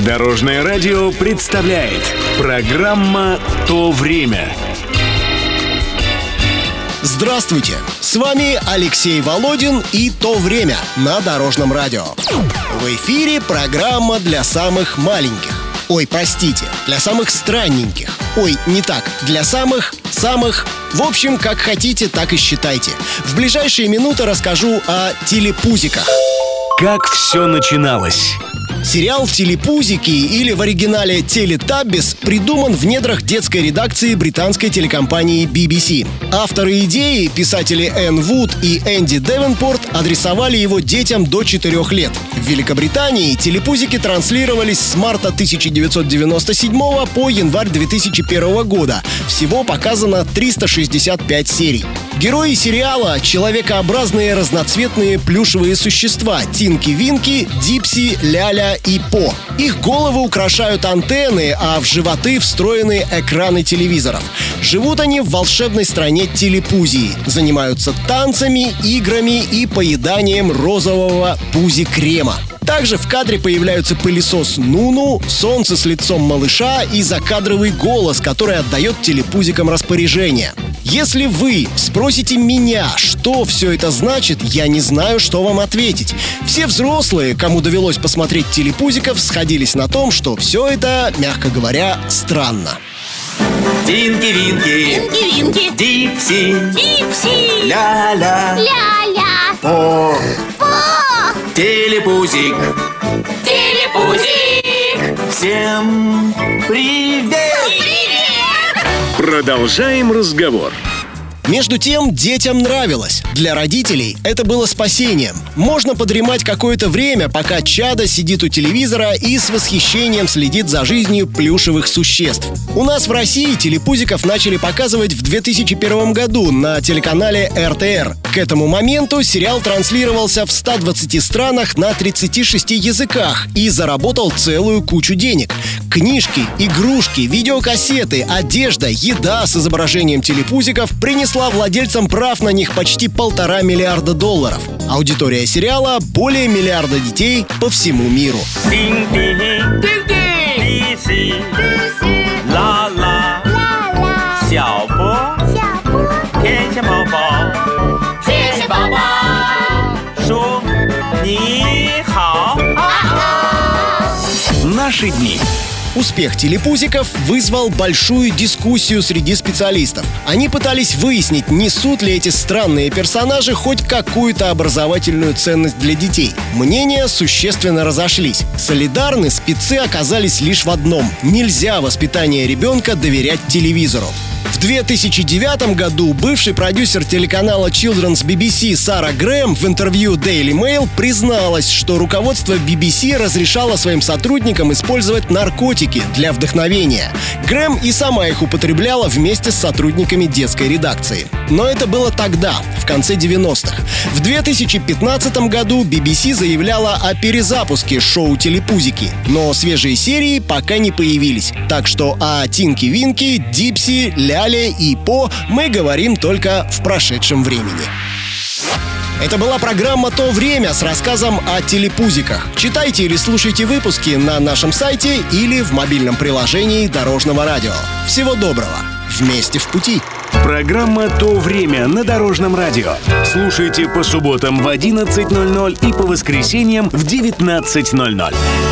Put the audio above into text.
Дорожное радио представляет программа «То время». Здравствуйте! С вами Алексей Володин и «То время» на Дорожном радио. В эфире программа для самых маленьких. Ой, простите, для самых странненьких. Ой, не так, для самых... В общем, как хотите, так и считайте. В ближайшие минуты расскажу о телепузиках. Как все начиналось? Сериал «Телепузики» или в оригинале «Телетаббис» придуман в недрах детской редакции британской телекомпании BBC. Авторы идеи, писатели Энн Вуд и Энди Девенпорт, адресовали его детям до 4 лет. В Великобритании «Телепузики» транслировались с марта 1997 по январь 2001 года. Всего показано 365 серий. Герои сериала — человекообразные разноцветные плюшевые существа Тинки-Винки, Дипси, Ляля и По. Их головы украшают антенны, а в животы встроены экраны телевизоров. Живут они в волшебной стране Телепузии. Занимаются танцами, играми и поеданием розового пузи-крема. Также в кадре появляются пылесос Нуну, солнце с лицом малыша и закадровый голос, который отдает телепузикам распоряжение. Если вы спросите меня, что все это значит, я не знаю, что вам ответить. Все взрослые, кому довелось посмотреть телепузиков, сходились на том, что все это, мягко говоря, странно. Тинки-винки, Тинки-винки, Дипси, Дипси, Ля-ля, Ля-ля, По, По, Телепузик, Телепузик, всем привет! привет! Продолжаем разговор. Между тем, детям нравилось. Для родителей это было спасением. Можно подремать какое-то время, пока чадо сидит у телевизора и с восхищением следит за жизнью плюшевых существ. У нас в России телепузиков начали показывать в 2001 году на телеканале РТР. К этому моменту сериал транслировался в 120 странах на 36 языках и заработал целую кучу денег. Книжки, игрушки, видеокассеты, одежда, еда с изображением телепузиков принесла владельцам прав на них почти $1,5 миллиарда. Аудитория сериала — более миллиарда детей по всему миру. Дипси, Ла-ла, 小波，天线宝宝， 谢谢宝宝。 说你好。 Наши дни. Успех телепузиков вызвал большую дискуссию среди специалистов. Они пытались выяснить, несут ли эти странные персонажи хоть какую-то образовательную ценность для детей. Мнения существенно разошлись. Солидарны спецы оказались лишь в одном: нельзя воспитание ребенка доверять телевизору. В 2009 году бывший продюсер телеканала Children's BBC Сара Грэм в интервью Daily Mail призналась, что руководство BBC разрешало своим сотрудникам использовать наркотики для вдохновения. Грэм и сама их употребляла вместе с сотрудниками детской редакции. Но это было тогда, в конце 90-х. В 2015 году BBC заявляла о перезапуске шоу «Телепузики», но свежие серии пока не появились. Так что о Тинки-Винки, Дипси, Ляле и По мы говорим только в прошедшем времени. Это была программа «То время» с рассказом о телепузиках. Читайте или слушайте выпуски на нашем сайте или в мобильном приложении Дорожного радио. Всего доброго! Вместе в пути! Программа «То время» на Дорожном радио. Слушайте по субботам в 11:00 и по воскресеньям в 19:00.